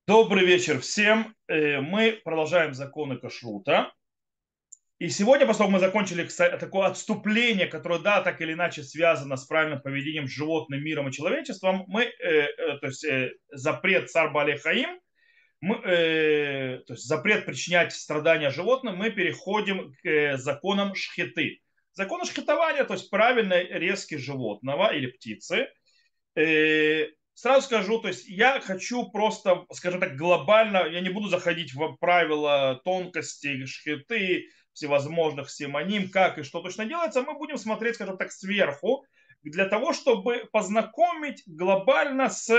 Добрый вечер всем. Мы продолжаем законы кашрута. И сегодня, поскольку мы закончили такое отступление, которое, да, так или иначе связано с правильным поведением с животным миром и человечеством, то есть запрет цар Бале Хаим, то есть запрет причинять страдания животным, мы переходим к законам шхиты. Законы шхитования, то есть правильной резки животного или птицы. Сразу скажу, то есть я хочу просто, скажем так, глобально, я не буду заходить в правила тонкости, шхиты, всевозможных симоним, как и что точно делается, мы будем смотреть, скажем так, сверху, для того, чтобы познакомить глобально с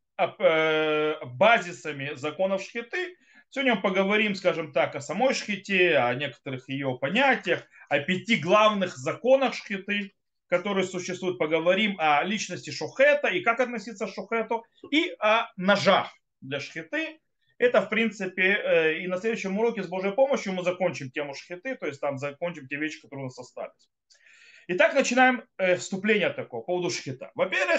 базисами законов шхиты. Сегодня мы поговорим, скажем так, о самой шхите, о некоторых ее понятиях, о 5 главных законах шхиты, которые существуют, поговорим о личности шухета и как относиться к шухету, и о ножах для шхиты. Это, в принципе, и на следующем уроке с Божьей помощью мы закончим тему шхиты, то есть там закончим те вещи, которые у нас остались. Итак, начинаем вступление такого по поводу шхита. Во-первых,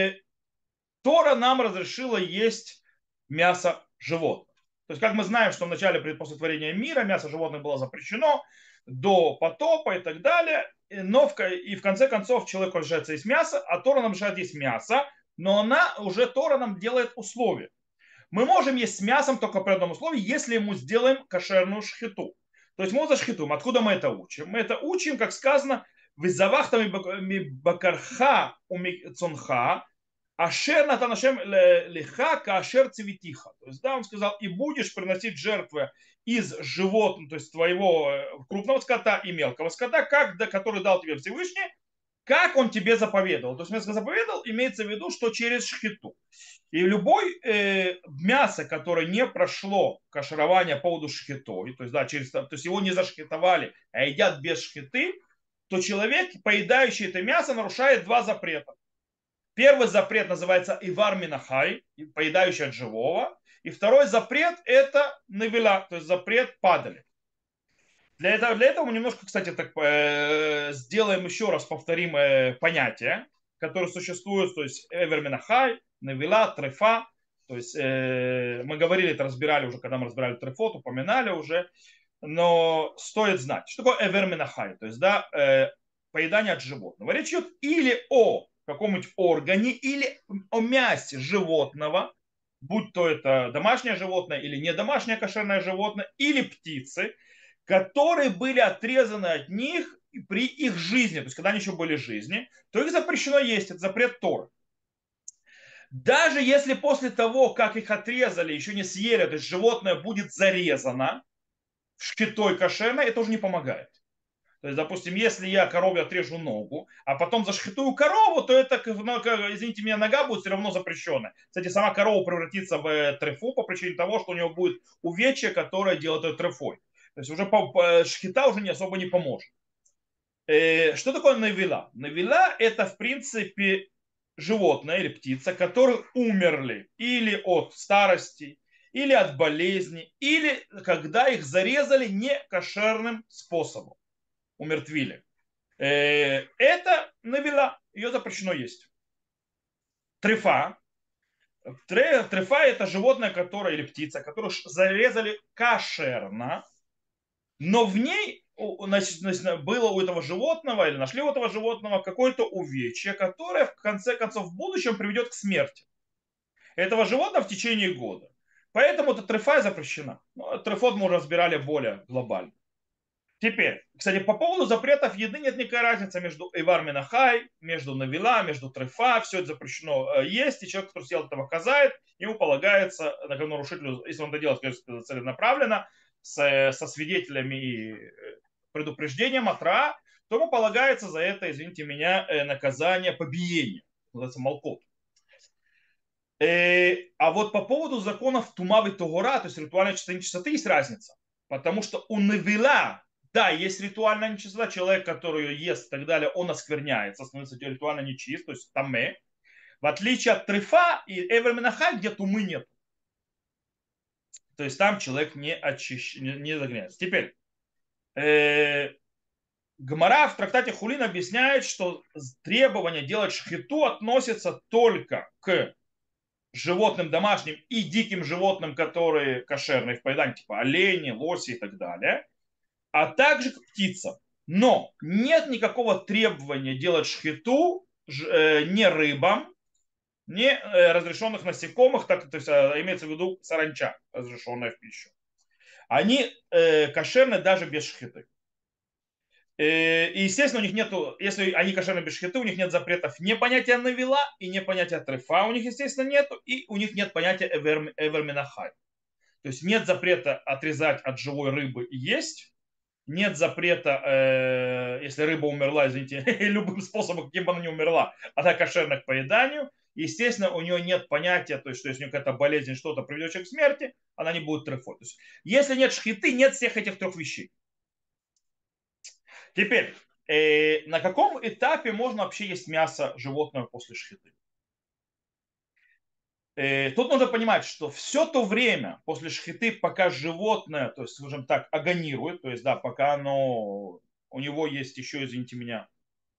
Тора нам разрешила есть мясо животных. То есть, как мы знаем, что в начале, после творения мира, мясо животных было запрещено до потопа и так далее. Но и в конце концов человек разрешается есть мясо, а Тора нам разрешает есть мясо, но Тора нам делает условия. Мы можем есть с мясом только при одном условии, если ему сделаем кошерную шхиту. То есть мы его зашхитуем. Откуда мы это учим? Мы это учим, как сказано, «Визавахта бакарха умицонха, ашер натан Ашем лиха каашер цветиха». То есть, да, он сказал, и будешь приносить жертвы из животных, то есть твоего крупного скота и мелкого скота, который дал тебе Всевышний, как он тебе заповедовал. То есть, мясо заповедовал, имеется в виду, что через шхиту. И любой мясо, которое не прошло каширование по поводу шхитой, то есть, да, то есть его не зашхитовали, а едят без шхиты, то человек, поедающий это мясо, нарушает два запрета. Первый запрет называется Ивар Минахай, поедающий от живого. И второй запрет это Навила, то есть запрет падали. Для этого мы немножко, кстати, так, сделаем еще раз, повторим понятия, которые существуют, то есть Эвер Минахай, Навила, Трефа. То есть мы говорили, это разбирали уже, когда мы разбирали Трефот, упоминали уже, но стоит знать, что такое Эвер Минахай, то есть, да, поедание от животного. Речь идет или о каком-нибудь органе, или о мясе животного, будь то это домашнее животное или не домашнее кошерное животное, или птицы, которые были отрезаны от них при их жизни, то есть когда они еще были в жизни, то их запрещено есть, это запрет Торы. Даже если после того, как их отрезали, еще не съели, то есть животное будет зарезано шкитой кошерной, это уже не помогает. То есть, допустим, если я корове отрежу ногу, а потом зашхитую корову, то это, извините меня, нога будет все равно запрещенная. Кстати, сама корова превратится в трефу по причине того, что у нее будет увечье, которое делает ее трефой. То есть уже шхита уже не особо не поможет. Что такое навила? Навила это, в принципе, животное или птица, которые умерли или от старости, или от болезни, или когда их зарезали некошерным способом, умертвили. Это навила, ее запрещено есть. Трефа. Трефа это животное, которое, или птица, которую зарезали кошерно, но в ней значит, было у этого животного или нашли у этого животного какое-то увечье, которое в конце концов в будущем приведет к смерти этого животного в течение года. Поэтому эта трефа запрещена. Но трефот мы уже разбирали более глобально. Теперь, кстати, по поводу запретов еды нет никакой разницы между Ивар Минахай, между Навила, между Трефа. Все это запрещено есть, и человек, который съел этого казает, ему полагается, нарушителю, если он это делает, конечно, целенаправленно, со свидетелями и предупреждением отра, то ему полагается за это, извините меня, наказание побиения. Называется молкот. А вот по поводу законов Тумавы Тогора, то есть ритуальной чистоты, есть разница. Потому что у Навила, да, есть ритуальная нечистота, человек, который ее ест и так далее, он оскверняется, становится ритуально нечист, то есть тамэ. В отличие от Трифа и Эверминахай, где тумы нет. То есть там человек не загрязняется. Теперь, Гмара в трактате Хулин объясняет, что требование делать шхиту относится только к животным домашним и диким животным, которые кошерные в поедании, типа олени, лоси и так далее, а также к птицам. Но нет никакого требования делать шхиту не рыбам, не разрешенных насекомых, так, то есть имеется в виду саранча, разрешенная в пищу. Они кошерны даже без шхиты. И, естественно, у них нету, если они кошерны без шхиты, у них нет запретов не понятия навила и не понятия трефа у них, естественно, нету, и у них нет понятия эверминахай. То есть нет запрета отрезать от живой рыбы и есть, нет запрета, если рыба умерла, извините, любым способом, каким бы она ни умерла, она кошерна к поеданию. Естественно, у нее нет понятия, то есть, что если у нее какая-то болезнь, что-то приведет к смерти, она не будет трефой. То есть, если нет шхиты, нет всех этих трех вещей. Теперь, на каком этапе можно вообще есть мясо животного после шхиты? Тут нужно понимать, что все то время после шхиты, пока животное, то есть, скажем так, агонирует, то есть, да, пока оно, у него есть еще, извините меня,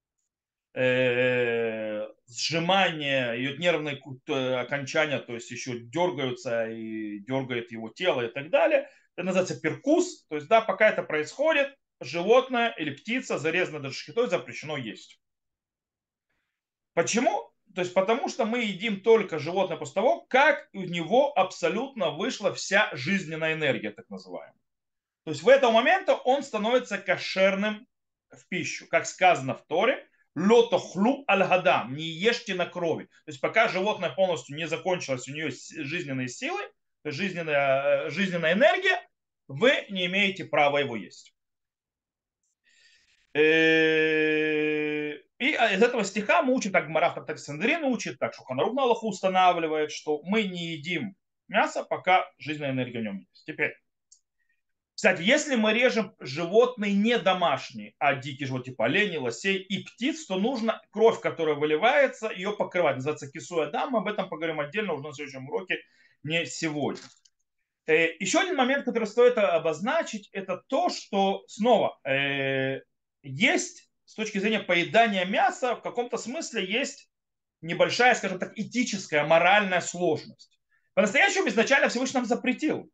сжимание, ее нервные окончания, то есть еще дергаются и дергает его тело и так далее. Это называется перкус. То есть, да, пока это происходит, животное или птица, зарезанное даже шхитой, запрещено есть. Почему? То есть потому что мы едим только животное после того, как у него абсолютно вышла вся жизненная энергия, так называемая. То есть в этого момента он становится кошерным в пищу. Как сказано в Торе, лотохлу аль-гадам, не ешьте на крови. То есть пока животное полностью не закончилось, у нее жизненные силы, жизненная энергия, вы не имеете права его есть. И из этого стиха мы учим, так Гмара в трактате Сандрин учит, так Шухан-Арух на Аллаху устанавливает, что мы не едим мясо, пока жизненная энергия в нем есть. Теперь, кстати, если мы режем животные не домашние, а дикие животные, типа оленей, лосей и птиц, то нужно кровь, которая выливается, ее покрывать. Называется кисуя дам, мы об этом поговорим отдельно уже на следующем уроке, не сегодня. Еще один момент, который стоит обозначить, это то, что снова есть с точки зрения поедания мяса, в каком-то смысле есть небольшая, скажем так, этическая, моральная сложность. По-настоящему изначально Всевышний нам запретил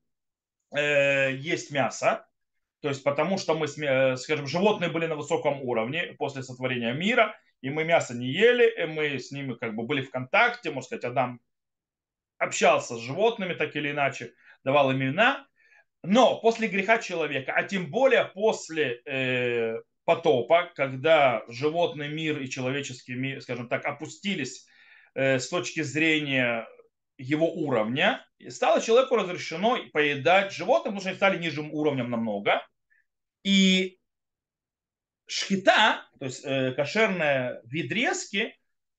есть мясо, то есть потому что мы, скажем, животные были на высоком уровне после сотворения мира, и мы мясо не ели, и мы с ними как бы были в контакте, можно сказать, Адам общался с животными так или иначе, давал им имена, но после греха человека, а тем более после потопа, когда животный мир и человеческий мир, скажем так, опустились с точки зрения его уровня, стало человеку разрешено поедать животных, потому что они стали ниже уровнем намного. И шхита, то есть кошерные видрезки,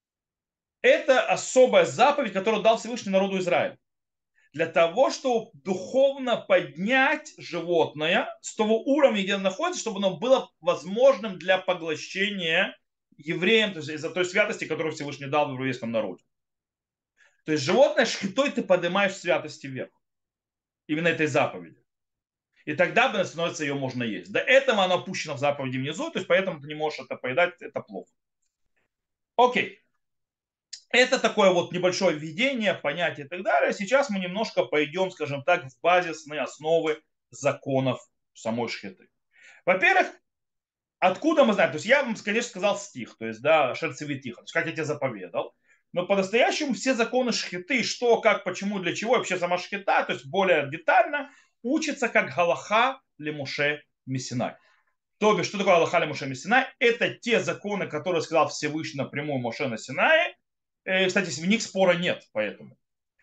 это особая заповедь, которую дал Всевышний народу Израиля. Для того, чтобы духовно поднять животное с того уровня, где оно находится, чтобы оно было возможным для поглощения евреям, то есть из-за той святости, которую Всевышний дал в еврейском народе. То есть животное шхитой ты поднимаешь в святости вверх. Именно этой заповеди. И тогда становится ее можно есть. До этого оно опущено в заповеди внизу, то есть поэтому ты не можешь это поедать, это плохо. Окей. Это такое вот небольшое введение, понятие и так далее. Сейчас мы немножко пойдем, скажем так, в базисные основы законов самой шхиты. Во-первых, откуда мы знаем? То есть я вам, конечно, сказал стих, то есть, да, шерцевитиха, то есть как я тебе заповедал. Но по-настоящему все законы шхиты, что, как, почему, для чего, вообще сама шхита, то есть более детально, учится как галаха лемуше Мессинай. То бишь, что такое галаха лемуше Мессинай? Это те законы, которые сказал Всевышний напрямую Моше на Синае. Кстати, в них спора нет, поэтому.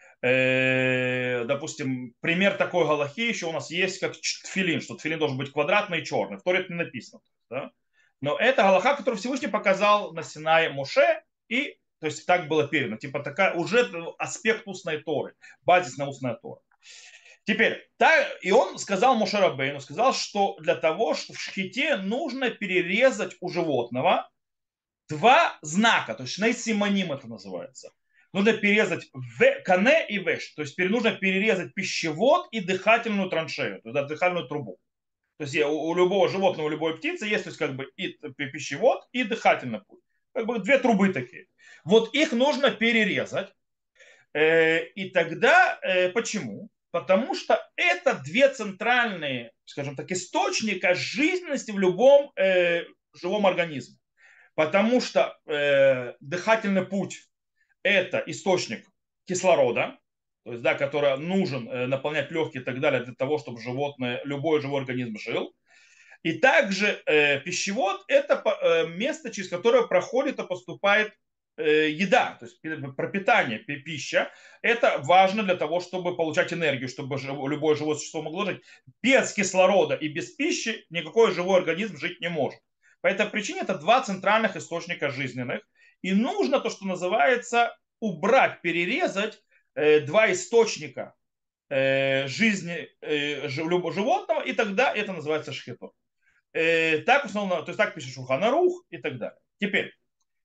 Допустим, пример такой галахи еще у нас есть, как тфилин, что тфилин должен быть квадратный и черный. В Торе это не написано. Да? Но это галаха, которую Всевышний показал на Синае Моше, и то есть так было передано. Типа такая уже аспект устной Торы, базисная устная Тора. Теперь, и он сказал Моше Рабейну, сказал, что для того, что в шхите нужно перерезать у животного два знака, то есть шнейсимоним это называется. Нужно перерезать кане и веш, то есть нужно перерезать пищевод и дыхательную траншею, то есть дыхательную трубу. То есть у любого животного, у любой птицы есть, то есть как бы и пищевод, и дыхательный путь. Как бы две трубы такие. Вот их нужно перерезать. И тогда почему? Потому что это две центральные, скажем так, источника жизненности в любом живом организме. Потому что дыхательный путь – это источник кислорода, то есть, да, который нужен наполнять легкие и так далее для того, чтобы животное, любой живой организм жил. И также пищевод – это место, через которое проходит и поступает еда, то есть пропитание, пища. Это важно для того, чтобы получать энергию, чтобы любое живое существо могло жить. Без кислорода и без пищи никакой живой организм жить не может. По этой причине это два центральных источника жизненных. И нужно то, что называется, убрать, перерезать два источника жизни животного, и тогда это называется шхитот. Так основно, то есть так пишет Шулхан Арух и так далее. Теперь,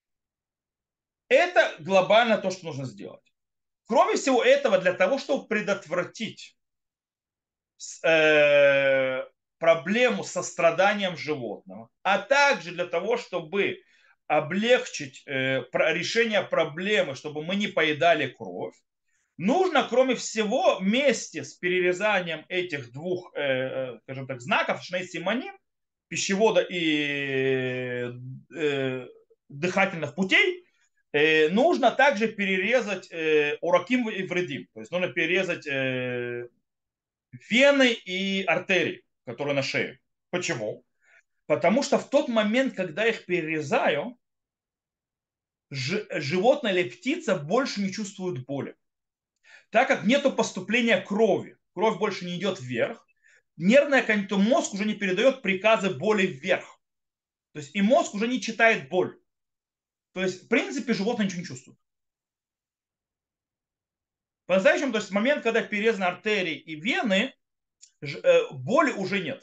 это глобально то, что нужно сделать. Кроме всего этого, для того, чтобы предотвратить э, проблему со страданием животного, а также для того, чтобы облегчить решение проблемы, чтобы мы не поедали кровь, нужно, кроме всего, вместе с перерезанием этих двух, скажем так, знаков, шней-симоним, пищевода и дыхательных путей, нужно также перерезать ураким и вредим. То есть нужно перерезать вены и артерии, которые на шее. Почему? Потому что в тот момент, когда их перерезаю, животное или птица больше не чувствует боли. Так как нет поступления крови, кровь больше не идет вверх, нервная то мозг уже не передает приказы боли вверх. То есть и мозг уже не читает боль. То есть, в принципе, животное ничего не чувствует. По-настоящему, то есть в момент, когда перерезаны артерии и вены, боли уже нет.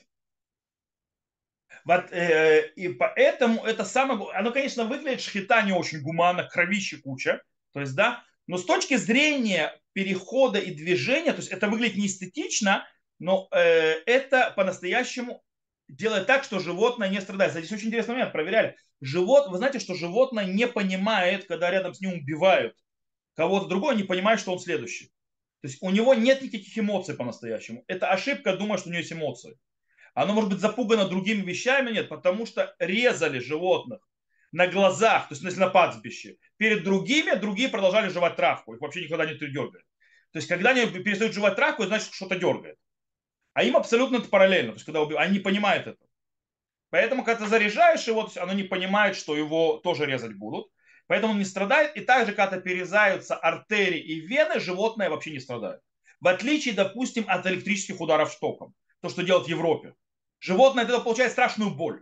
Вот, и поэтому это самое... Оно, конечно, выглядит шхита не очень гуманно, кровище куча. То есть, да, но с точки зрения перехода и движения, то есть это выглядит не эстетично, но это по-настоящему делает так, что животное не страдает. Здесь очень интересный момент, проверяли. Вы знаете, что животное не понимает, когда рядом с ним убивают кого-то другого, не понимает, что он следующий. То есть у него нет никаких эмоций по-настоящему. Это ошибка, думая, что у него есть эмоции. Оно может быть запугано другими вещами, нет, потому что резали животных на глазах, то есть если на пастбище, перед другими, другие продолжали жевать травку, их вообще никогда не дергали. То есть когда они перестают жевать травку, значит что-то дергает. А им абсолютно это параллельно, то есть когда они не понимают это. Поэтому, когда ты заряжаешь его, оно не понимает, что его тоже резать будут. Поэтому он не страдает. И также, когда перерезаются артерии и вены, животное вообще не страдает. В отличие, допустим, от электрических ударов током. То, что делают в Европе. Животное от этого получает страшную боль.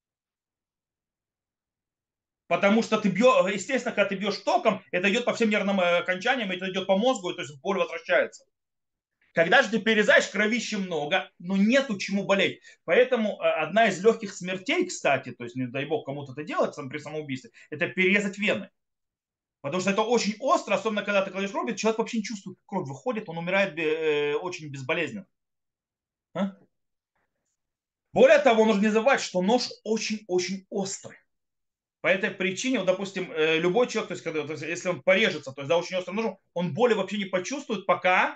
Потому что ты бьешь, естественно, когда ты бьешь током, это идет по всем нервным окончаниям, это идет по мозгу, и то есть боль возвращается. Когда же ты перерезаешь, кровища много, но нету чему болеть. Поэтому одна из легких смертей, кстати, то есть не дай бог кому-то это делать при самоубийстве, это перерезать вены. Потому что это очень остро, особенно когда ты кладешь кровь, человек вообще не чувствует, как кровь выходит, он умирает очень безболезненно. А? Более того, нужно не забывать, что нож очень-очень острый. По этой причине, вот, допустим, любой человек, то есть, когда, то есть, если он порежется, то есть, да, очень острым ножом, он боли вообще не почувствует, пока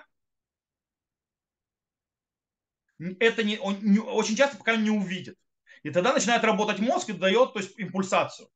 это не, он не, очень часто пока не увидит. И тогда начинает работать мозг и дает, то есть, импульсацию.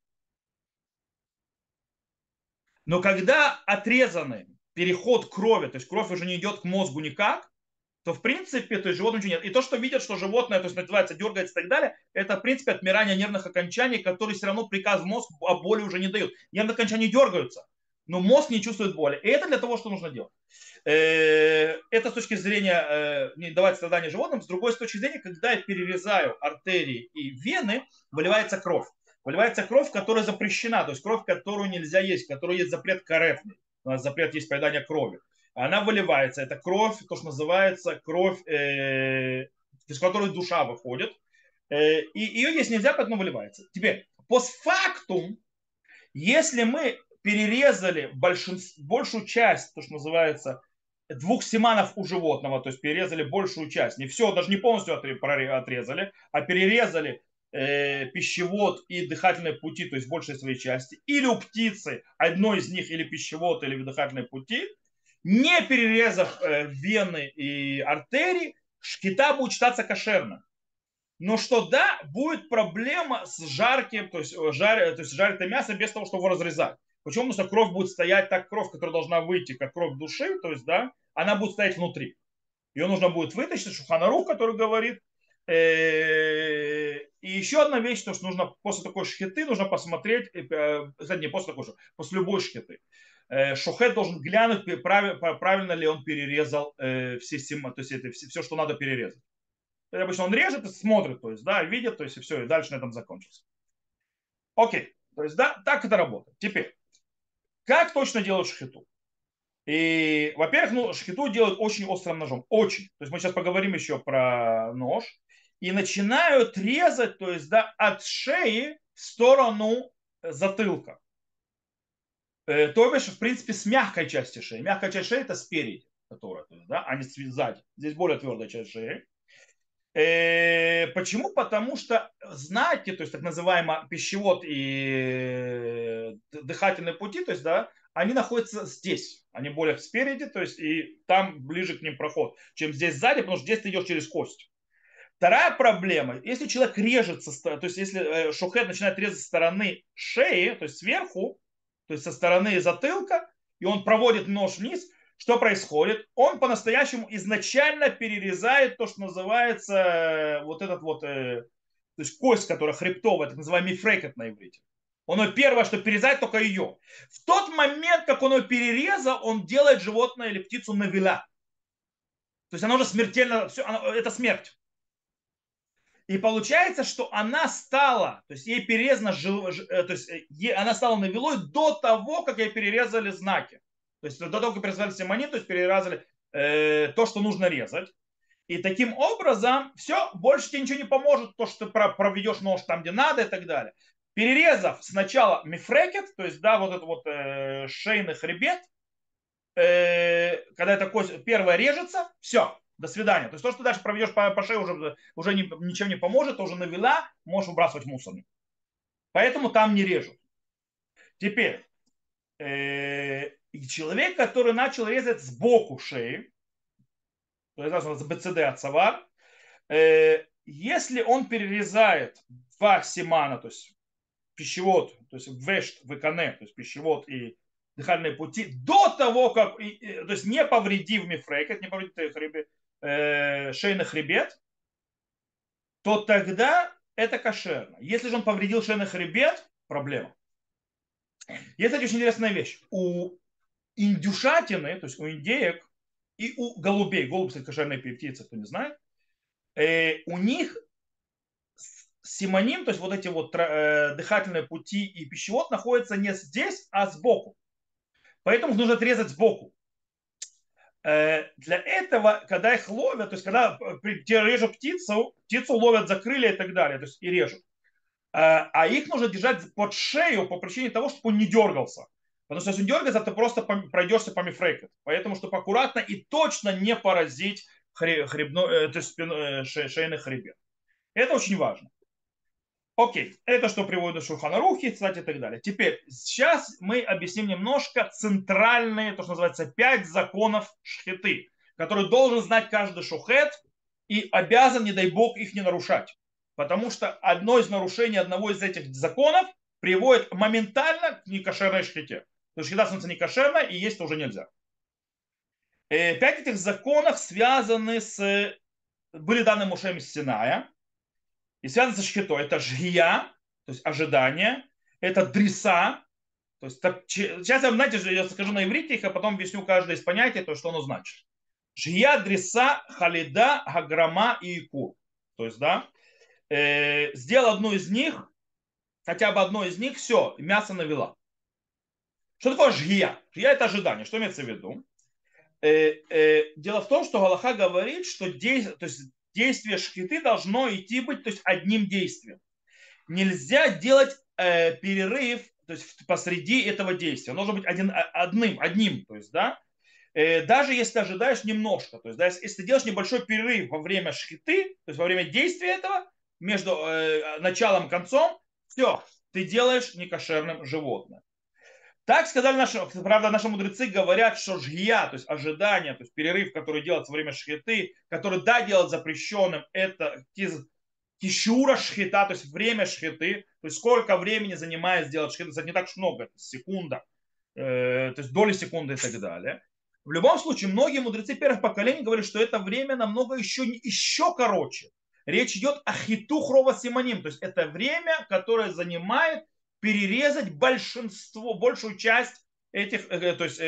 Но когда отрезаны переход крови, то есть кровь уже не идет к мозгу никак, то в принципе, то есть животное ничего нет. И то, что видят, что животное, то есть называется, дергается и так далее, это в принципе отмирание нервных окончаний, которые все равно приказ в мозг о боли уже не дают. Нервные окончания дергаются, но мозг не чувствует боли. И это для того, что нужно делать. Это с точки зрения не давать страдания животным. С другой с точки зрения, когда я перерезаю артерии и вены, выливается кровь. Выливается кровь, которая запрещена, то есть кровь, которую нельзя есть, в которой есть запрет каретный. У нас запрет есть поедание крови. Она выливается. Это кровь, то, что называется кровь, из которой душа выходит. И ее есть нельзя, поэтому выливается. Теперь, постфактум, если мы перерезали большую часть, то, что называется, двух семанов у животного, то есть перерезали большую часть, не все, даже не полностью отрезали, а перерезали пищевод и дыхательные пути, то есть большей своей части, или у птицы одной из них или пищевод, или дыхательные пути, не перерезав вены и артерии, шхита будет считаться кошерным. Но что да, будет проблема с жарким, то есть жарить это мясо без того, чтобы его разрезать. Почему? Потому что кровь будет стоять так, кровь, которая должна выйти, как кровь души, то есть, да, она будет стоять внутри. Ее нужно будет вытащить, Шулхан Арух, который говорит. И еще одна вещь, то, что нужно после такой шхиты, нужно посмотреть, кстати, не после такой, после любой шхиты. Шухет должен глянуть, правильно ли он перерезал все, то есть это все, что надо перерезать. Обычно он режет и смотрит, то есть, да, видит, то есть, и все, и дальше на этом закончится. Окей, то есть, да, так это работает. Теперь, как точно делать шхиту? И, во-первых, ну, шхиту делают очень острым ножом. Очень. То есть мы сейчас поговорим еще про нож. И начинают резать, то есть, да, от шеи в сторону затылка. То бишь, в принципе, с мягкой части шеи. Мягкая часть шеи это спереди, которая, то есть, да, а не сзади. Здесь более твердая часть шеи. Почему? Потому что знаки, то есть так называемый пищевод и дыхательные пути, то есть, да, они находятся здесь, они более спереди, то есть и там ближе к ним проход, чем здесь сзади, потому что здесь ты идешь через кость. Вторая проблема, если человек режется, то есть если шухет начинает резать со стороны шеи, то есть сверху, то есть со стороны затылка, и он проводит нож вниз, что происходит? Он по-настоящему изначально перерезает то, что называется вот этот вот, то есть кость, которая хребтовая, так называемый мифрекет на иврите. Он ее первое, что перерезает, только ее. В тот момент, как он ее перерезал, он делает животное или птицу навиля. То есть она уже смертельно, все, это смерть. И получается, что она стала, то есть ей перерезано, то есть она стала навелой до того, как ей перерезали знаки. То есть до того, как перерезали симонит, то есть перерезали то, что нужно резать. И таким образом все, больше тебе ничего не поможет, то, что ты проведешь нож там, где надо и так далее. Перерезав сначала мифрекет, то есть, да, вот этот вот шейный хребет, когда эта кость первая режется, все, до свидания. То есть то, что ты дальше проведешь по шее, уже ничем не поможет, ты уже навела, можешь выбрасывать в мусорник. Поэтому там не режут. Теперь, человек, который начал резать сбоку шеи, то есть называется БЦД от Савар, если он перерезает два семана, то есть пищевод, то есть вешт, векане, то есть пищевод и дыхательные пути, до того, как, то есть не повредив мифрекет, не повредив шейный хребет, то тогда это кошерно. Если же он повредил шейный хребет, проблема. Есть, кстати, очень интересная вещь. У индюшатины, то есть у индеек и у голубей, голубь, кстати, кошерные птицы, кто не знает, у них симоним, то есть вот эти вот дыхательные пути и пищевод находятся не здесь, а сбоку. Поэтому их нужно отрезать сбоку. Для этого, когда их ловят, то есть когда режут птицу, птицу ловят за крылья и так далее, то есть и режут. А их нужно держать под шею по причине того, чтобы он не дергался. Потому что если он дергается, ты просто пройдешься по мифрекет. Поэтому, чтобы аккуратно и точно не поразить то есть шейный хребет. Это очень важно. Окей, это что приводит к Шулханарухе, кстати, и так далее. Теперь, сейчас мы объясним немножко центральные, то, что называется, 5 законов шхиты, которые должен знать каждый шухет и обязан, не дай бог, их не нарушать. Потому что одно из нарушений одного из этих законов приводит моментально к некошерной шхите. То есть шхита становится некошерной, и есть уже нельзя. 5 этих законов связаны с... были даны Муше из Синая, и связано со шхитой. Это жия, то есть ожидание. Это дриса. То есть, сейчас я, знаете, я скажу на иврите их, а потом объясню каждое из понятий, то, что оно значит. Жия, дриса, халида, гаграма и икур. То есть, да, сделал одну из них, хотя бы одно из них, все, мясо навела. Что такое жия? Жия это ожидание. Что имеется в виду? Дело в том, что Галаха говорит, что то есть действие шхиты должно идти быть, то есть одним действием. Нельзя делать перерыв, то есть посреди этого действия. Он должен быть одним, то есть, да, даже если ты ожидаешь немножко, то есть, да, если ты делаешь небольшой перерыв во время шхиты, то есть во время действия этого, между началом и концом, все, ты делаешь некошерным животное. Так сказали наши, правда, наши мудрецы говорят, что жгия, то есть ожидание, то есть перерыв, который делается во время шхиты, который, да, делать запрещенным, это кишура шхита, то есть время шхиты, то есть сколько времени занимает сделать шхиту, это не так уж много, это секунда, то есть доли секунды и так далее. В любом случае, многие мудрецы первых поколений говорят, что это время намного еще короче. Речь идет о хиту хрова симоним, то есть это время, которое занимает перерезать большую часть этих, то есть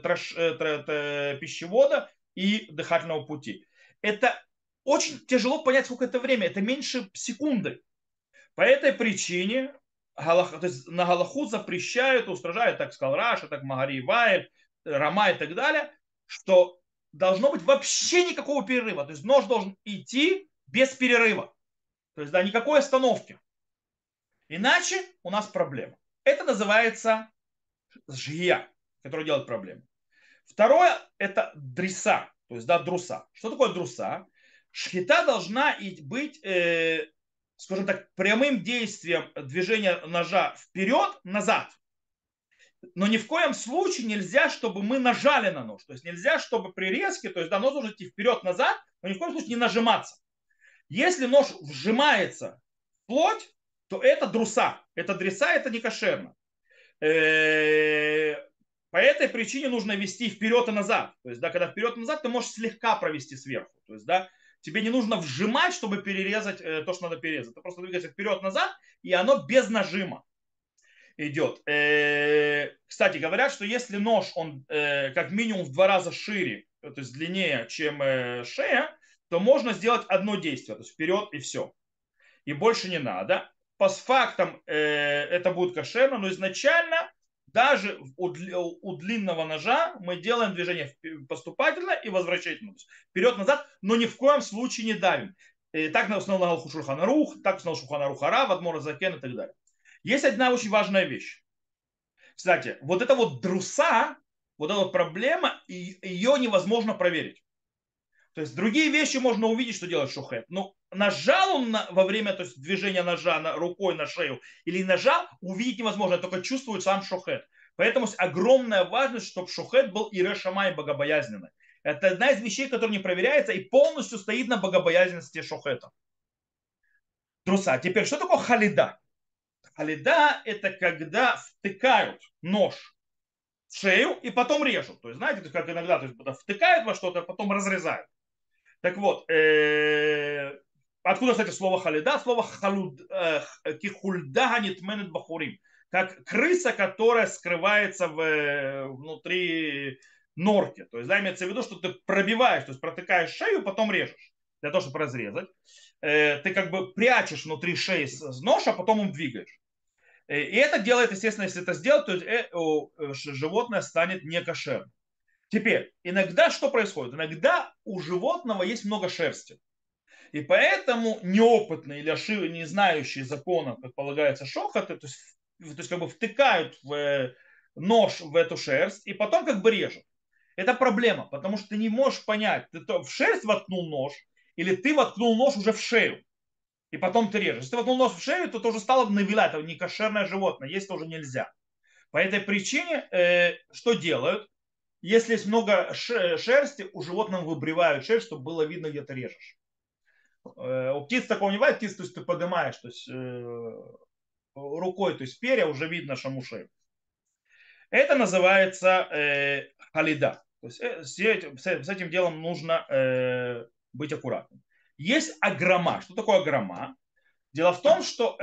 пищевода и дыхательного пути. Это очень тяжело понять, сколько это время. Это меньше секунды. По этой причине то есть на Галаху запрещают, устражают, так сказал Раша, так Магари Вайль, Рама и так далее, что должно быть вообще никакого перерыва. То есть нож должен идти без перерыва. То есть, да, никакой остановки. Иначе у нас проблема. Это называется жия, который делает проблему. Второе – это дриса, то есть, да, друса. Что такое друса? Шхита должна быть, скажем так, прямым действием движения ножа вперед-назад. Но ни в коем случае нельзя, чтобы мы нажали на нож. То есть нельзя, чтобы при резке, то есть да, нож должен идти вперед-назад, но ни в коем случае не нажиматься. Если нож вжимается в плоть, то это друса. Это дреса, это не кошерно. По этой причине нужно вести вперед и назад. То есть, да, когда вперед и назад, ты можешь слегка провести сверху. То есть, да, тебе не нужно вжимать, чтобы перерезать то, что надо перерезать. Ты просто двигаешься вперед-назад, и оно без нажима идет. Кстати, говорят, что если нож, он как минимум в 2 раза шире, то есть длиннее, чем шея, то можно сделать одно действие, то есть вперед и все. И больше не надо. По фактам это будет кошерно, но изначально даже у длинного ножа мы делаем движение поступательно и возвращательно. Вперед-назад, но ни в коем случае не давим. И так установил Шулхан Арух, так установил Шулхан Арух Ара, Адмор Закен и так далее. Есть одна очень важная вещь. Кстати, вот эта вот друса, вот эта вот проблема, ее невозможно проверить. То есть другие вещи можно увидеть, что делает шухет. Но нажал он во время, то есть, движения ножа рукой на шею или нажал, увидеть невозможно, только чувствует сам шухет. Поэтому огромная важность, чтобы шухет был ирешамай богобоязненный. Это одна из вещей, которая не проверяется и полностью стоит на богобоязненности шухета. Труса. Теперь, что такое халида? Халида – это когда втыкают нож в шею и потом режут. То есть, знаете, как иногда то есть, втыкают во что-то, а потом разрезают. Так вот, откуда, кстати, слово халида? Слово кихульда нитменет бахурим. Как крыса, которая скрывается внутри норки. То есть, да, имеется в виду, что ты пробиваешь, то есть протыкаешь шею, потом режешь для того, чтобы разрезать. Ты как бы прячешь внутри шеи нож, а потом им двигаешь. И это делает, естественно, если это сделать, то животное станет некошерным. Теперь, иногда что происходит? Иногда у животного есть много шерсти. И поэтому неопытные или не знающие законов, как полагается, шохоты, то есть как бы втыкают нож в эту шерсть и потом как бы режут. Это проблема, потому что ты не можешь понять, ты то в шерсть воткнул нож или ты воткнул нож уже в шею. И потом ты режешь. Если ты воткнул нож в шею, то это уже стало навила, это не кошерное животное, есть тоже нельзя. По этой причине что делают? Если есть много шерсти, у животных выбривают шерсть, чтобы было видно, где ты режешь. У птиц такого не бывает, птиц, то есть ты поднимаешь, то есть рукой, то есть перья, уже видно шамушей. Это называется халида. То есть с этим делом нужно быть аккуратным. Есть агрома. Что такое агрома? Дело в том, что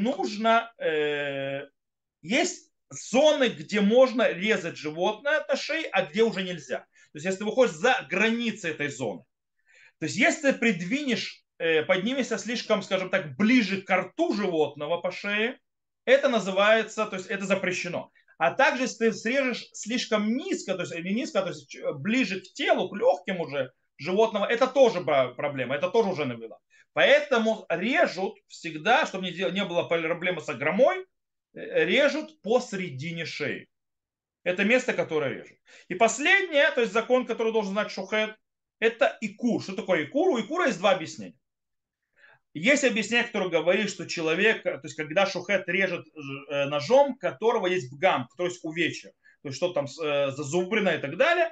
есть зоны, где можно резать животное на шее, а где уже нельзя. То есть если ты выходишь за границы этой зоны. То есть если ты поднимешься слишком, скажем так, ближе к рту животного по шее, это называется, то есть это запрещено. А также, если ты срежешь слишком низко, то есть не низко, то есть ближе к телу, к легким уже животного, это тоже проблема, это тоже уже навела. Поэтому режут всегда, чтобы не было проблемы с огромой, режут посередине шеи. Это место, которое режут. И последнее, то есть закон, который должен знать шухет, это икур. Что такое икур? У икура есть два объяснения. Есть объяснение, которое говорит, что человек, то есть когда шухет режет ножом, которого есть бгам, то есть увечья, то есть что там зазубрено и так далее,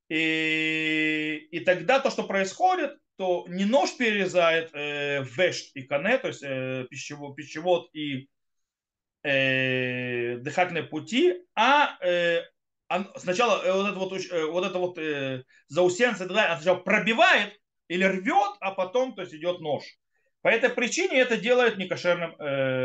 и тогда то, что происходит, то не нож перерезает вешт и кане, то есть пищевод и дыхательные пути, сначала заусенцы и так далее, сначала пробивает или рвет, а потом то есть идет нож. По этой причине это делает некошерным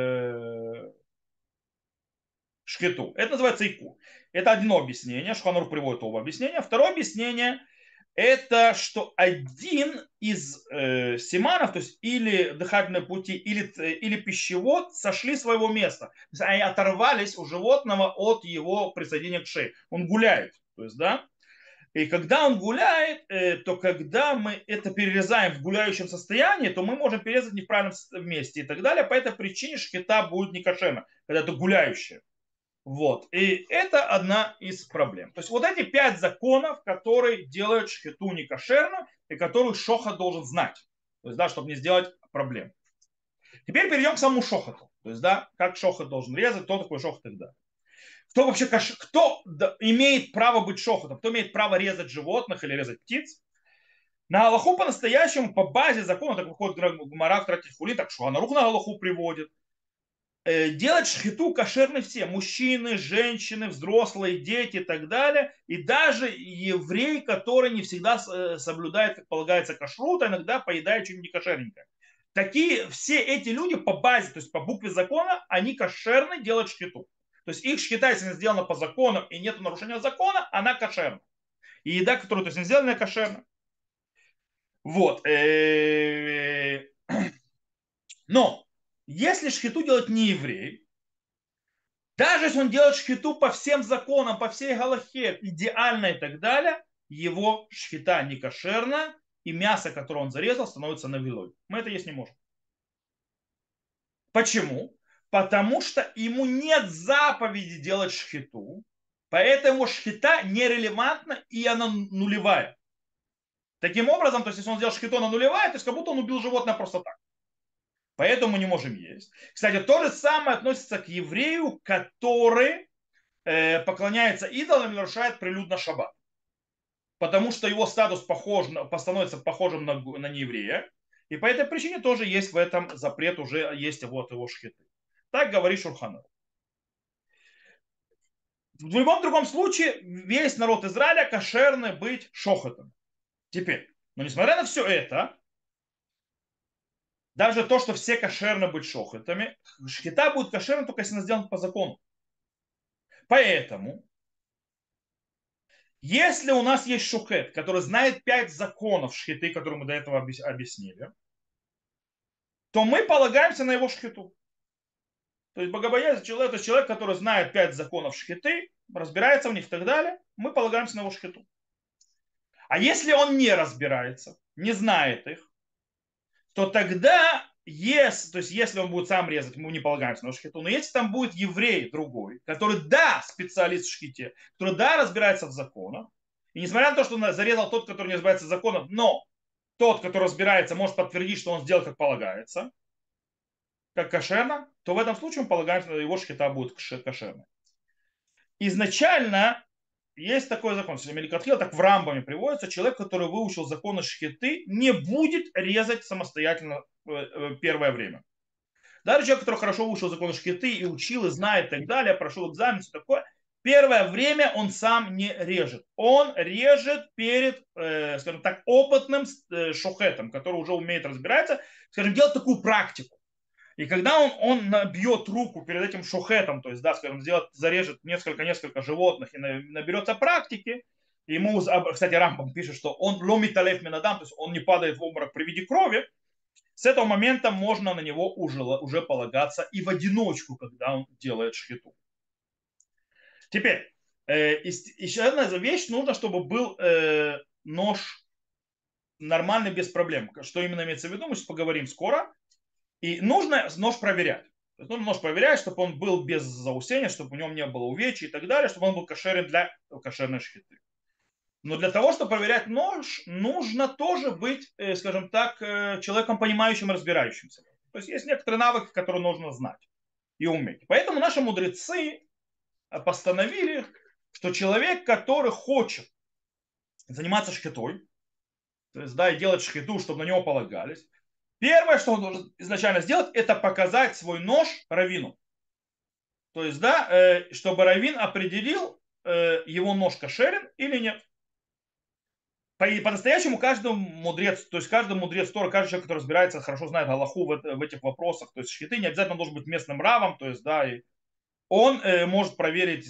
шхиту. Это называется ику. Это одно объяснение. Шухан приводит оба объяснения. Второе объяснение это что один из симанов, то есть или дыхательные пути, или пищевод сошли с своего места. То есть они оторвались у животного от его присоединения к шее. Он гуляет. То есть, да? И когда он гуляет, то когда мы это перерезаем в гуляющем состоянии, то мы можем перерезать не в правильном месте и так далее. По этой причине шхита будет некошерна, когда это гуляющее. Вот. И это одна из проблем. То есть вот эти 5 законов, которые делают шхиту некошерно и которую шохат должен знать. То есть, да, чтобы не сделать проблем. Теперь перейдем к самому шохату. То есть, да, как шохат должен резать, кто такой шохат и так далее. Кто вообще, кто имеет право быть шохатом, кто имеет право резать животных или резать птиц. На Аллаху по-настоящему, по базе закона, так выходит Гмара в Тратихулин, так что Анарух на Аллаху приводит, делать шхиту кошерны все. Мужчины, женщины, взрослые, дети и так далее. И даже еврей, который не всегда соблюдает, как полагается, кашрут, а иногда поедает что-нибудь некошерненькое. Такие, все эти люди по базе, то есть по букве закона, они кошерны делать шхиту. То есть их шхита, если не сделана по законам и нет нарушения закона, она кошерна. И еда, которую то есть, не сделана, кошерна. Вот. Но если шхиту делать не еврей, даже если он делает шхиту по всем законам, по всей галахе, идеально и так далее, его шхита не кошерна, и мясо, которое он зарезал, становится навилой. Мы это есть не можем. Почему? Потому что ему нет заповеди делать шхиту, поэтому шхита нерелевантна и она нулевая. Таким образом, то есть если он сделал шхиту, она нулевая, то есть как будто он убил животное просто так. Поэтому мы не можем есть. Кстати, то же самое относится к еврею, который поклоняется идолам и нарушает прилюдно шаббат. Потому что его статус становится похожим на нееврея. И по этой причине тоже есть в этом запрет, уже есть вот его шхиты. Так говорит Шурхан Арух. В любом другом случае, весь народ Израиля кошерный быть шохотом. Теперь, но несмотря на все это, даже то, что все кошерны быть шохотами, шхита будет кошерна только если она сделана по закону. Поэтому если у нас есть шухет, который знает 5 законов шхиты, которые мы до этого объяснили, то мы полагаемся на его шхиту. То есть богобоязнь человека, это человек, который знает 5 законов шхиты, разбирается в них и так далее, мы полагаемся на его шхиту. А если он не разбирается, не знает их, то тогда, то есть если он будет сам резать, мы не полагаемся на его шхиту, но если там будет еврей другой, который, да, специалист в шхите, который, да, разбирается в законах, и несмотря на то, что он зарезал тот, который не разбирается в законах, но тот, который разбирается, может подтвердить, что он сделал как полагается, как кошерно, то в этом случае мы полагаем, что его шхита будет кошерной. Изначально есть такой закон, Меликатхил, так в Рамбаме приводится, человек, который выучил законы шхиты, не будет резать самостоятельно первое время. Даже человек, который хорошо выучил законы шхиты и учил, и знает и так далее, прошел экзамен, все такое, первое время он сам не режет. Он режет перед, скажем так, опытным шохетом, который уже умеет разбираться, скажем, делать такую практику. И когда он набьет руку перед этим шохетом, то есть, да, скажем, зарежет несколько животных и наберется практики, ему, кстати, Рамбам пишет, что он ломиталев минадам, то есть он не падает в обморок при виде крови, с этого момента можно на него уже полагаться и в одиночку, когда он делает шхиту. Теперь, еще одна вещь, нужно, чтобы был нож нормальный, без проблем. Что именно имеется в виду, мы сейчас поговорим скоро. И нужно нож проверять. То есть нужно нож проверять, чтобы он был без заусения, чтобы в нем не было увечий и так далее, чтобы он был кошерен для кошерной шхиты. Но для того, чтобы проверять нож, нужно тоже быть, скажем так, человеком понимающим и разбирающимся. То есть есть некоторые навыки, которые нужно знать и уметь. Поэтому наши мудрецы постановили, что человек, который хочет заниматься шхитой, то есть, да, и делать шхиту, чтобы на него полагались, первое, что он должен изначально сделать, это показать свой нож раввину. То есть, да, чтобы раввин определил, его нож кошерен или нет. По-настоящему каждый мудрец, то есть каждый мудрец Тора, каждый человек, который разбирается, хорошо знает Аллаху в этих вопросах, то есть шхиты не обязательно должен быть местным равом, то есть, да, и он может проверить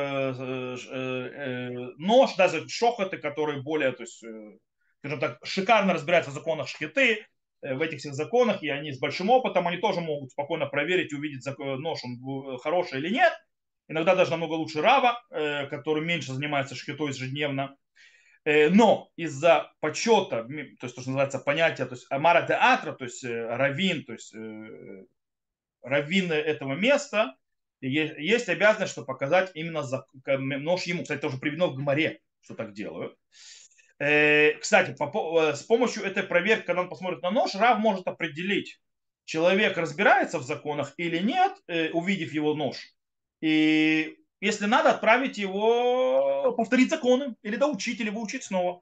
нож, даже шохоты, которые более, то есть, скажем так, шикарно разбираются в законах шхиты, в этих всех законах, и они с большим опытом, они тоже могут спокойно проверить и увидеть, нож он хороший или нет. Иногда даже намного лучше Рава, который меньше занимается шхитой ежедневно. Но из-за почета, то есть то, что называется понятие, то есть амара театра, то есть раввин, то есть раввины этого места, есть обязанность, что показать именно нож ему. Кстати, это уже приведено в Гмаре, что так делают. Кстати, с помощью этой проверки, когда он посмотрит на нож, Рав может определить, человек разбирается в законах или нет, увидев его нож. И если надо, отправить его повторить законы, или доучить, или выучить снова.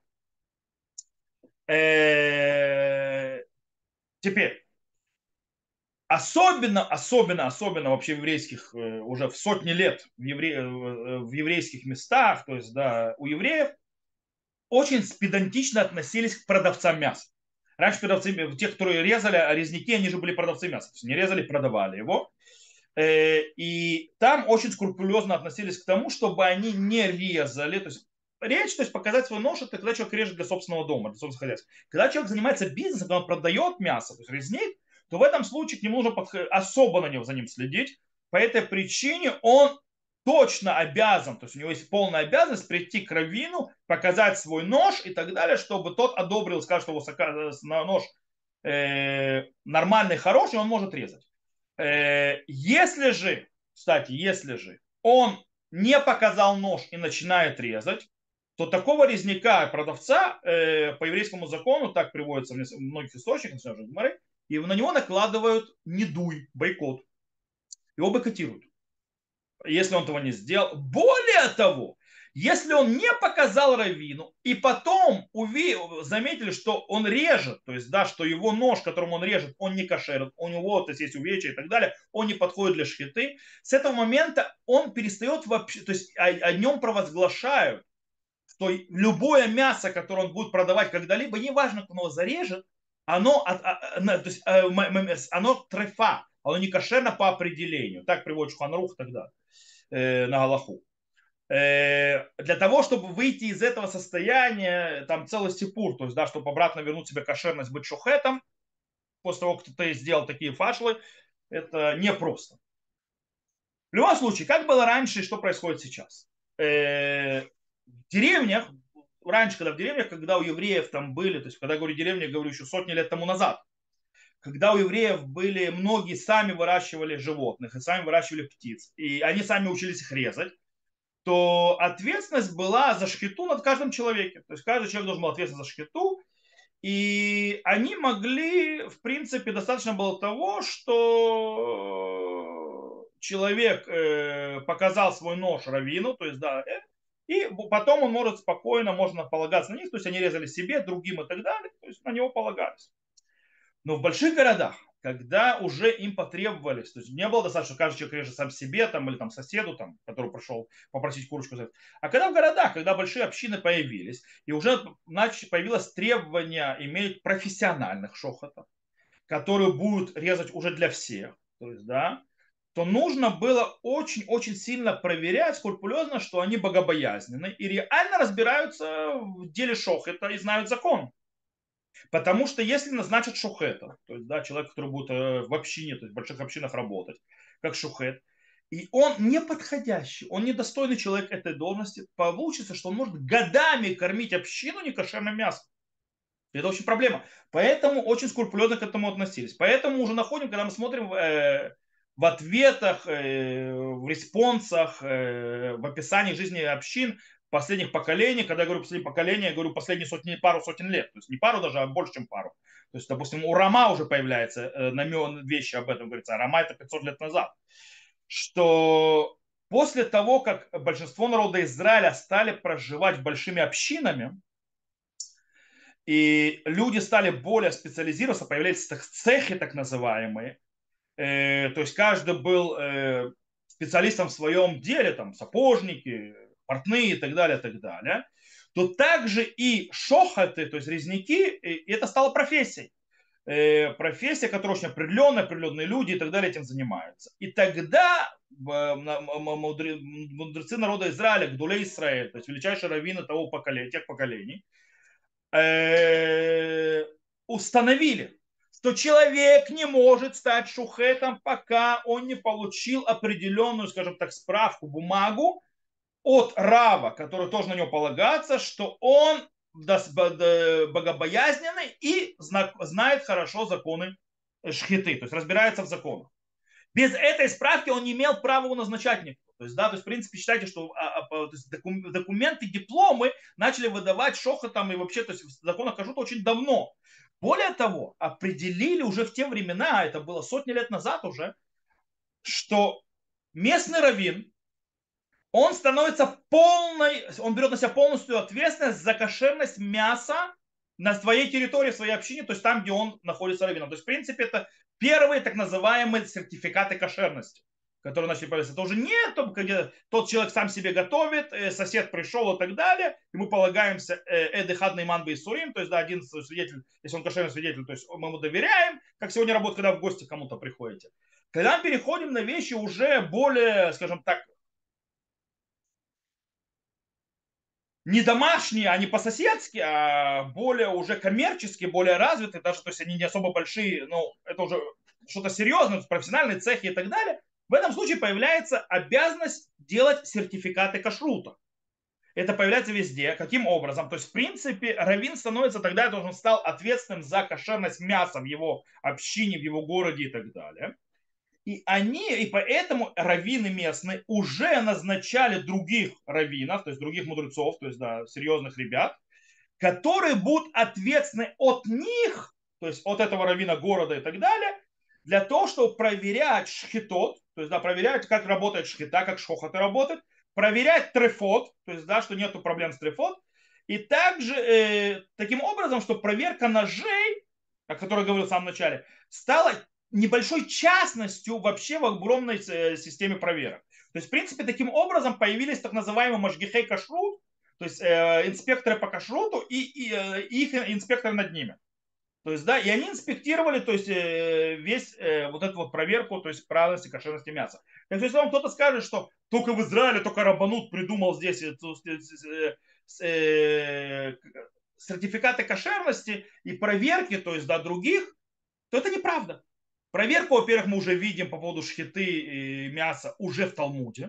Теперь, особенно вообще в еврейских, уже в сотни лет в еврейских местах, то есть, да, у евреев очень педантично относились к продавцам мяса. Раньше продавцы, те, которые резали, а резники, они же были продавцы мяса. То есть не резали, продавали его. И там очень скрупулезно относились к тому, чтобы они не резали. То есть речь, то есть показать свой нож, это когда человек режет для собственного дома, для собственного хозяйства. Когда человек занимается бизнесом, когда он продает мясо, то есть резник, то в этом случае к нему нужно особо на него, за ним следить. По этой причине он точно обязан, то есть у него есть полная обязанность прийти к раввину, показать свой нож и так далее, чтобы тот одобрил, сказал, что его нож нормальный, хороший, он может резать. Если же, кстати, если же он не показал нож и начинает резать, то такого резняка, продавца, по еврейскому закону, так приводится в многих источниках, и на него накладывают недуй, бойкот. Его бойкотируют, если он этого не сделал. Более того, если он не показал раввину, и потом заметили, что он режет, то есть, да, что его нож, которым он режет, он не кошерен, у него то есть, есть увечья и так далее, он не подходит для шхиты, с этого момента он перестает вообще, то есть о нем провозглашают, что любое мясо, которое он будет продавать когда-либо, неважно, кто его зарежет, то есть, оно трефа, оно не кошерно по определению. Так приводит Шуханрух тогда на Галаху. Для того, чтобы выйти из этого состояния, там целый сипур, то есть, да, чтобы обратно вернуть себе кошерность, быть шухетом, после того, как ты сделал такие фашлы, это непросто. В любом случае, как было раньше и что происходит сейчас? В деревнях, раньше, когда в деревнях, когда у евреев там были, то есть, когда я говорю деревня, я говорю еще сотни лет тому назад, когда у евреев были, многие сами выращивали животных и сами выращивали птиц, и они сами учились их резать, то ответственность была за шхиту над каждым человеком. То есть каждый человек должен был ответственность за шхиту. И они могли, в принципе, достаточно было того, что человек показал свой нож раввину, то есть, да, и потом он может спокойно, можно полагаться на них, то есть они резали себе, другим и так далее, то есть на него полагались. Но в больших городах, когда уже им потребовались, то есть не было достаточно, что каждый человек режет сам себе там, или там соседу, там, который пришел попросить курочку. А когда в городах, когда большие общины появились, и уже появилось требование иметь профессиональных шохотов, которые будут резать уже для всех, то есть, да, то нужно было очень-очень сильно проверять скрупулезно, что они богобоязненны и реально разбираются в деле шохета и знают закон. Потому что если назначат шухета, то есть, да, человек, который будет в общине, то есть в больших общинах работать, как шухет, и он не подходящий, он недостойный человек этой должности, получится, что он может годами кормить общину некошерным мясом. Это очень проблема. Поэтому очень скрупулезно к этому относились. Поэтому уже находим, когда мы смотрим в ответах, в респонсах, в описании жизни общин, последних поколений. Когда я говорю последние поколения, я говорю последние сотни, пару сотен лет. То есть не пару даже, а больше, чем пару. То есть, допустим, у Рама уже появляется вещи об этом говорится. А Рама это 500 лет назад. Что после того, как большинство народа Израиля стали проживать большими общинами, и люди стали более специализироваться, появлялись цехи так называемые, то есть каждый был специалистом в своем деле, там сапожники, портные и так далее, то также и шохаты, то есть резники, и это стало профессией. Профессия, которая очень определенная, определенные люди и так далее этим занимаются. И тогда мудрецы народа Израиля, Гдулей Израиль, то есть величайшие раввины того поколения, тех поколений, установили, что человек не может стать шухетом, пока он не получил определенную, скажем так, справку, бумагу от Рава, который тоже на него полагается, что он богобоязненный и знает хорошо законы шхиты, то есть разбирается в законах. Без этой справки он не имел права его назначать никто. То есть, да, то есть, в принципе, считайте, что то есть, документы, дипломы начали выдавать шохотам и вообще, то есть, в законах Кашрута очень давно. Более того, определили уже в те времена, это было сотни лет назад уже, что местный раввин, он становится полной, он берет на себя полностью ответственность за кошерность мяса на своей территории, в своей общине, то есть там, где он находится раввином. То есть, в принципе, это первые так называемые сертификаты кошерности, которые начали появляться. Это уже не то, где тот человек сам себе готовит, сосед пришел и так далее, и мы полагаемся эдыхадный манбы и сурим, то есть, да, один свидетель, если он кошерный свидетель, то есть мы ему доверяем, как сегодня работает, когда в гости к кому-то приходите. Когда мы переходим на вещи уже более, скажем так, не домашние, а не по-соседски, а более уже коммерческие, более развитые, даже то есть они не особо большие, но это уже что-то серьезное, профессиональные цехи и так далее, в этом случае появляется обязанность делать сертификаты кашрута. Это появляется везде. Каким образом? То есть, в принципе, раввин становится тогда, то он стал ответственным за кошерность мяса в его общине, в его городе и так далее. И поэтому раввины местные уже назначали других раввинов, то есть других мудрецов, то есть да, серьезных ребят, которые будут ответственны от них, то есть от этого раввина города и так далее, для того, чтобы проверять шхитот, то есть да, проверять, как работает шхита, как шхохоты работают, проверять трефот, то есть да, что нету проблем с трефот, и также таким образом, что проверка ножей, о которой я говорил в самом начале, стала небольшой частностью вообще в огромной системе проверок. То есть, в принципе, таким образом появились так называемые машгихей кашрут, то есть инспекторы по кашруту и их инспекторы над ними. То есть, да, и они инспектировали, то есть, весь вот эту вот проверку, то есть, правильности, кошерности мяса. Так, то есть, вам кто-то скажет, что только в Израиле, только Рабанут придумал здесь сертификаты кошерности и проверки, то есть, да, других, то это неправда. Проверку, во-первых, мы уже видим по поводу шхиты и мяса уже в Талмуде.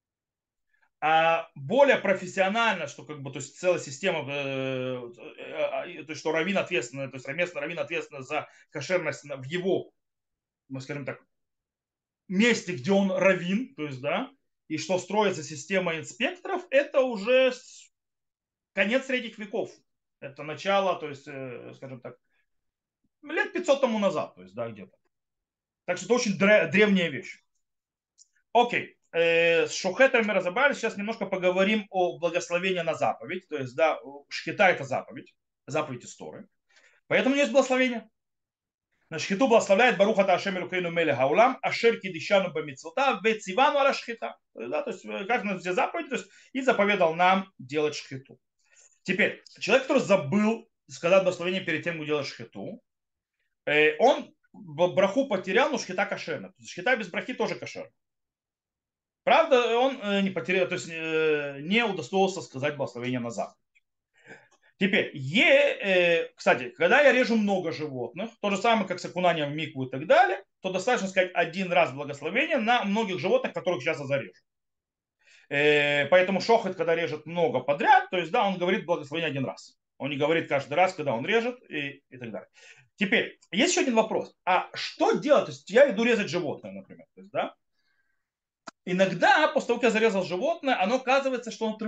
А более профессионально, что как бы, то есть целая система, то есть что раввин ответственный, то есть местный раввин ответственный за кошерность в его, мы скажем так, месте, где он раввин, то есть, да, и что строится система инспекторов, это уже конец средних веков. Это начало, то есть, скажем так, лет 500 тому назад, то есть, да, где-то. Так что это очень древняя вещь. Окей. С шухетами мы разобрались. Сейчас немножко поговорим о благословении на заповедь. То есть, да, шхита это заповедь. Заповедь истории. Поэтому есть благословение. На шхиту благословляет Баруха Ашем Элукейну Меле Хаулам, Ашер Кидишану Бамитцвота, Вецивану Аля Шхита. То есть, как на все заповеди, то есть, и заповедал нам делать шхиту. Теперь, человек, который забыл сказать благословение перед тем, как делать шхиту, он браху потерял, но шхита кошерна. Шхита без брахи тоже кошерна. Правда, он не потерял, то есть не удостоился сказать благословение на заповедь. Теперь, кстати, когда я режу много животных, то же самое, как с окунанием в микву и так далее, то достаточно сказать один раз благословение на многих животных, которых сейчас я зарежу. Поэтому шохет, когда режет много подряд, то есть, да, он говорит благословение один раз. Он не говорит каждый раз, когда он режет и так далее. Теперь, есть еще один вопрос. А что делать? То есть, я иду резать животное, например. То есть, да? Иногда, после того, как я зарезал животное, оно оказывается, что оно трефа.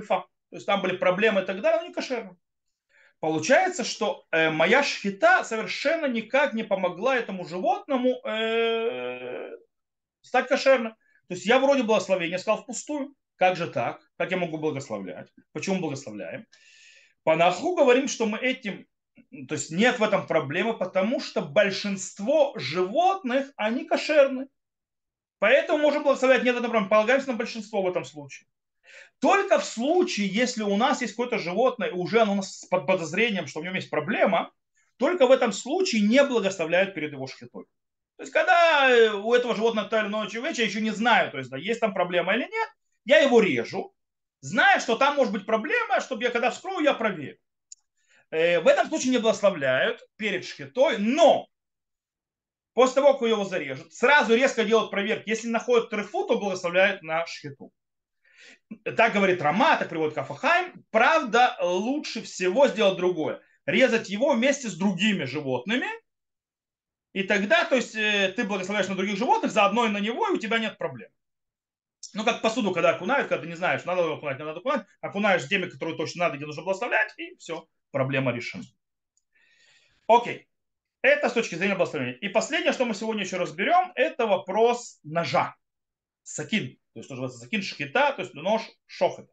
то есть там были проблемы и так далее, но не кошерно. Получается, что моя шхита совершенно никак не помогла этому животному стать кошерным. То есть я вроде благословение сказал впустую. Как же так? Как я могу благословлять? Почему благословляем? По наху говорим, что мы этим, то есть нет в этом проблемы, потому что большинство животных, они кошерны. Поэтому можем благословлять, нет, это проблемы. Полагаемся на большинство в этом случае. Только в случае, если у нас есть какое-то животное, и уже оно у нас под подозрением, что в нем есть проблема, только в этом случае не благословляют перед его шхитой. То есть, когда у этого животного та или иная человека, я еще не знаю, то есть, да, есть там проблема или нет, я его режу, зная, что там может быть проблема, чтобы я когда вскрою, я проверю. В этом случае не благословляют перед шхитой, но после того, как его зарежут, сразу резко делают проверки. Если находят трефу, то благословляют на шхиту. Так говорит Рама, так приводит Кафахайм. Правда, лучше всего сделать другое. Резать его вместе с другими животными. И тогда, то есть, ты благословляешь на других животных, заодно и на него, и у тебя нет проблем. Ну, как посуду, когда окунают, когда ты не знаешь, надо окунать, не надо окунать, окунаешь теми, которые точно надо, где нужно благословлять, и все, проблема решена. Окей. Это с точки зрения благословения. И последнее, что мы сегодня еще разберем, это вопрос ножа. Сакин. То есть, что называется сакин, шхита, то есть нож шохет.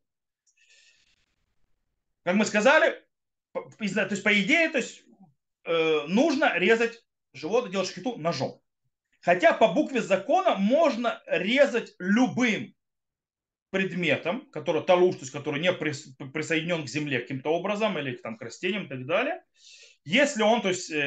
Как мы сказали, то есть по идее, то есть нужно резать животное, делать шхиту ножом. Хотя по букве закона можно резать любым предметом, который талуш, то есть который не присоединен к земле каким-то образом или там, к растениям и так далее. Если он, то есть,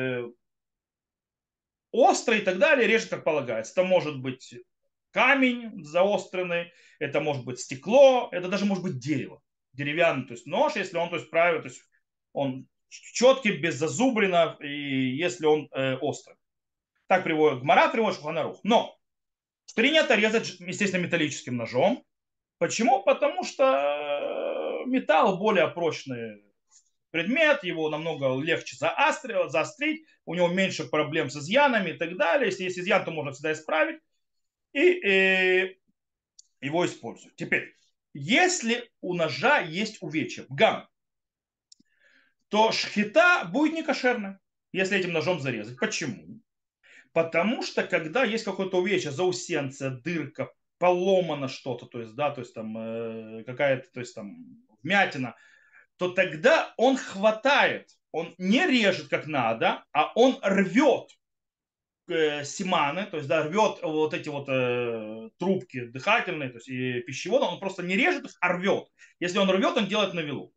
острый и так далее, режет как полагается. Это может быть камень заостренный, это может быть стекло, это даже может быть дерево. Деревянный, то есть нож, если он, то есть, правильно, то есть он четкий, без зазубринов, и если он острый. Так приводит Гмара, приводит Шуханарух. Но принято резать, естественно, металлическим ножом. Почему? Потому что металл более прочный предмет, его намного легче заострить, у него меньше проблем с изъянами и так далее. Если есть изъян, то можно всегда исправить и его использовать. Теперь, если у ножа есть увечье, гам, то шхита будет не кошерна, если этим ножом зарезать. Почему? Потому что когда есть какое-то увечье, заусенция, дырка, поломано что-то, то есть, да, то есть там какая-то, то есть там вмятина, то тогда он хватает, он не режет как надо, а он рвет симаны, то есть да, рвет вот эти вот трубки дыхательные, то есть и пищевода, он просто не режет их, а рвет. Если он рвет, он делает на вилу.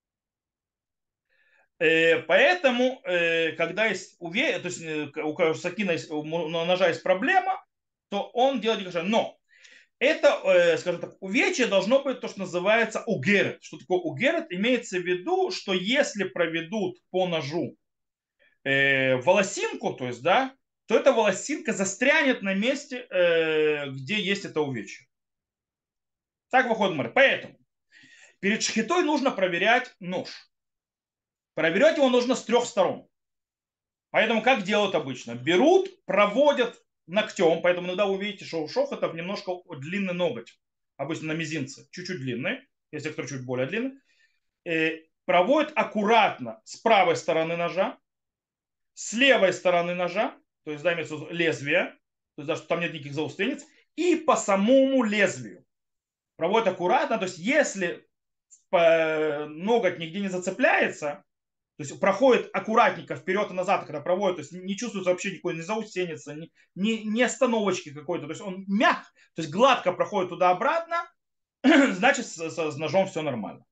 Поэтому, когда есть то есть у сакина есть, у ножа есть проблема, то он делает не кошерно. Но это, скажем так, увечье должно быть то, что называется угерет. Что такое угерет? Имеется в виду, что если проведут по ножу волосинку, то есть, да, то эта волосинка застрянет на месте, где есть это увечье. Так выходит мэр. Поэтому перед шхитой нужно проверять нож. Проверять его нужно с трех сторон. Поэтому как делают обычно? Берут, проводят ногтем, поэтому иногда вы увидите, что у шохотов немножко длинный ноготь, обычно на мизинце, чуть-чуть длинный, если кто чуть более длинный, проводят аккуратно с правой стороны ножа, с левой стороны ножа, то есть, да, имеется лезвие, то есть, да, что там нет никаких заустрениц, и по самому лезвию. Проводят аккуратно, то есть, если ноготь нигде не зацепляется, то есть проходит аккуратненько вперед и назад, когда проводит, то есть не чувствуется вообще никакой не заусеницы, не остановочки какой-то, то есть он мягко, то есть гладко проходит туда-обратно, значит с ножом все нормально.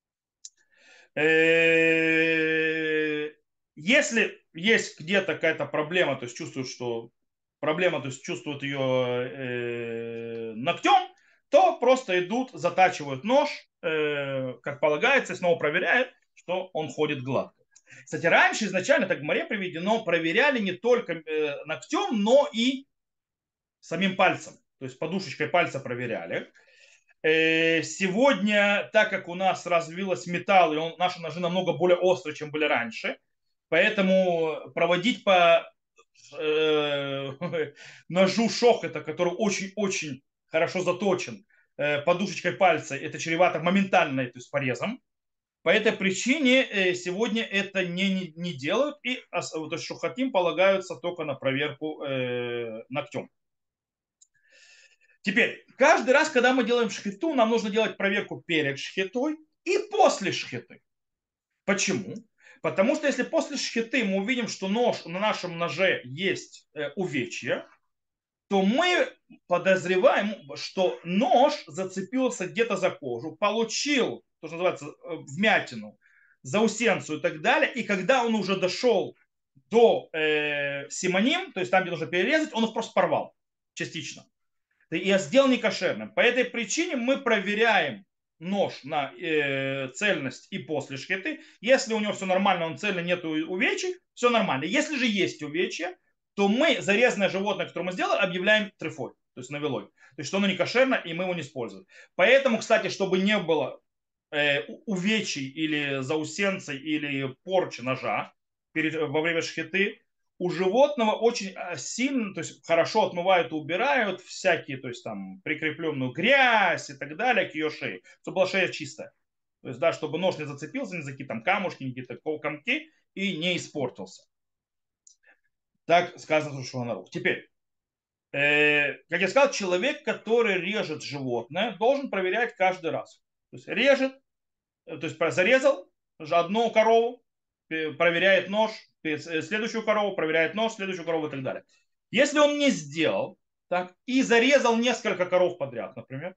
Если есть где-то какая-то проблема, то есть чувствуют, что проблема, то есть чувствуют ее ногтем, то просто идут, затачивают нож, как полагается, и снова проверяют, что он ходит гладко. Кстати, раньше изначально, так в море приведено, проверяли не только ногтем, но и самим пальцем. То есть подушечкой пальца проверяли. Сегодня, так как у нас развилось металл, и наши ножи намного более острые, чем были раньше, поэтому проводить по ножу шохета, который очень-очень хорошо заточен, подушечкой пальца, это чревато моментально, то есть порезом. По этой причине сегодня это не делают, и то есть шухатим полагаются только на проверку ногтем. Теперь, каждый раз, когда мы делаем шхиту, нам нужно делать проверку перед шхитой и после шхиты. Почему? Потому что если после шхиты мы увидим, что на нашем ноже есть увечья, то мы подозреваем, что нож зацепился где-то за кожу, получил, то, что называется, вмятину, заусенцию и так далее, и когда он уже дошел до симоним, то есть там, где нужно перерезать, он их просто порвал частично. И я сделал некошерным. По этой причине мы проверяем нож на цельность и после шхиты. Если у него все нормально, он цельный, нет увечий, все нормально. Если же есть увечья, то мы зарезанное животное, которое мы сделали, объявляем трефой, то есть навелой. То есть что оно не кошерно, и мы его не используем. Поэтому, кстати, чтобы не было увечий или заусенций или порчи ножа во время шхиты, у животного очень сильно, то есть хорошо отмывают и убирают всякие, то есть там прикрепленную грязь и так далее к ее шее, чтобы была шея чистая. То есть, да, чтобы нож не зацепился ни за какие там камушки, ни какие-то комки и не испортился. Так сказано в Шулхан. Теперь, как я сказал, человек, который режет животное, должен проверять каждый раз. То есть режет, то есть зарезал одну корову, проверяет нож, следующую корову, проверяет нож, следующую корову и так далее. Если он не сделал так, и зарезал несколько коров подряд, например,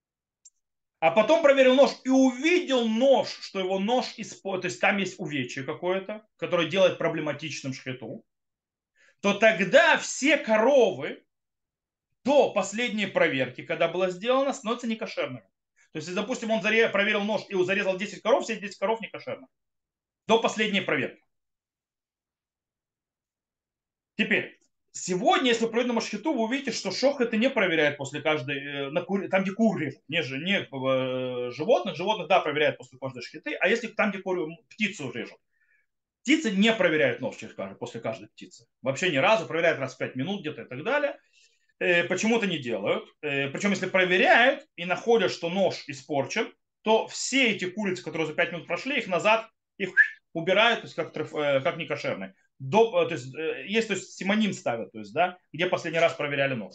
а потом проверил нож и увидел нож, что его нож, то есть там есть увечье какое-то, которое делает проблематичным шхиту, то тогда все коровы до последней проверки, когда было сделано, становятся некошерными. То есть, если, допустим, он проверил нож и зарезал 10 коров, все 10 коров некошерны. До последней проверки. Теперь, сегодня, если вы пройдете на шхиту, вы увидите, что шох это не проверяет после каждой, там, где кур режут, не животных, да, проверяют после каждой шхиты, а если там, где птицу режут. Птицы не проверяют нож после каждой птицы. Вообще ни разу, проверяют раз в 5 минут где-то и так далее. Почему-то не делают. Причем, если проверяют и находят, что нож испорчен, то все эти курицы, которые за 5 минут прошли, их назад их убирают, то есть как некошерные. То есть, есть, то есть симоним ставят, то есть, да, где последний раз проверяли нож.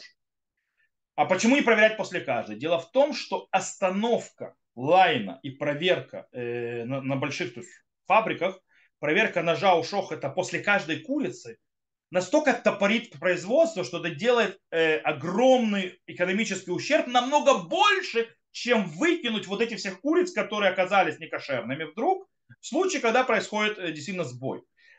А почему не проверять после каждой? Дело в том, что остановка лайна и проверка на больших, то есть, фабриках, проверка ножа у шохета после каждой курицы настолько топорит производство, что это делает огромный экономический ущерб, намного больше, чем выкинуть вот эти всех куриц, которые оказались некошерными вдруг, в случае, когда происходит действительно сбой.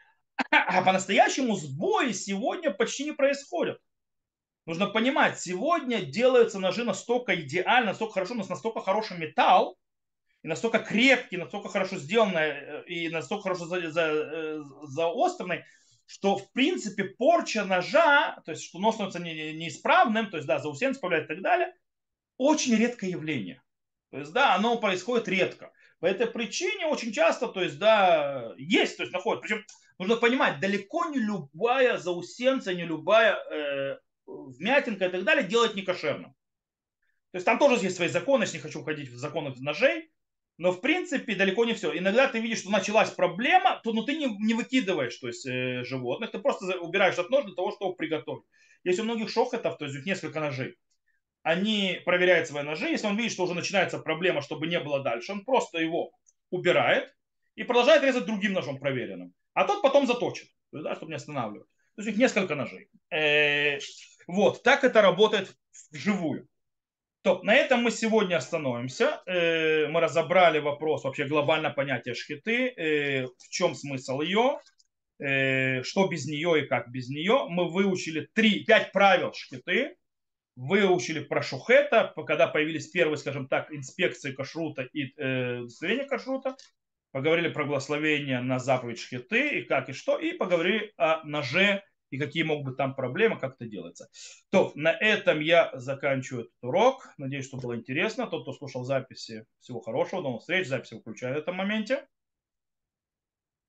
А по-настоящему сбои сегодня почти не происходят. Нужно понимать, сегодня делаются ножи настолько идеально, настолько хорошо, у нас настолько хороший металл, и настолько крепкий, настолько хорошо сделанный и настолько хорошо заостренный, что в принципе порча ножа, то есть что нож становится неисправным, то есть да, заусенцы появляются и так далее, очень редкое явление. То есть да, оно происходит редко. По этой причине очень часто, то есть да, есть, то есть находят. Причем нужно понимать, далеко не любая заусенца, не любая вмятинка и так далее делает некошерным. То есть там тоже есть свои законы, если не хочу уходить в законы ножей, но в принципе далеко не все. Иногда ты видишь, что началась проблема, то ты не выкидываешь, то есть животных, ты просто убираешь от нож для того, чтобы приготовить. Есть у многих шохетов, то есть у них несколько ножей. Они проверяют свои ножи, если он видит, что уже начинается проблема, чтобы не было дальше, он просто его убирает и продолжает резать другим ножом проверенным. А тот потом заточит, то есть, да, чтобы не останавливать. То есть у них несколько ножей. Вот, так это работает вживую. То, на этом мы сегодня остановимся. Мы разобрали вопрос, вообще глобальное понятие шхиты, в чем смысл ее, что без нее и как без нее. Мы выучили 5 правил шхиты, выучили про шухета, когда появились первые, скажем так, инспекции кашрута и удостоверения кашрута, поговорили про благословение на заповедь шхиты и как и что, и поговорили о ноже и какие могут быть там проблемы, как это делается. То, на этом я заканчиваю этот урок. Надеюсь, что было интересно. Тот, кто слушал записи, всего хорошего. До новых встреч. Записи выключаю в этом моменте.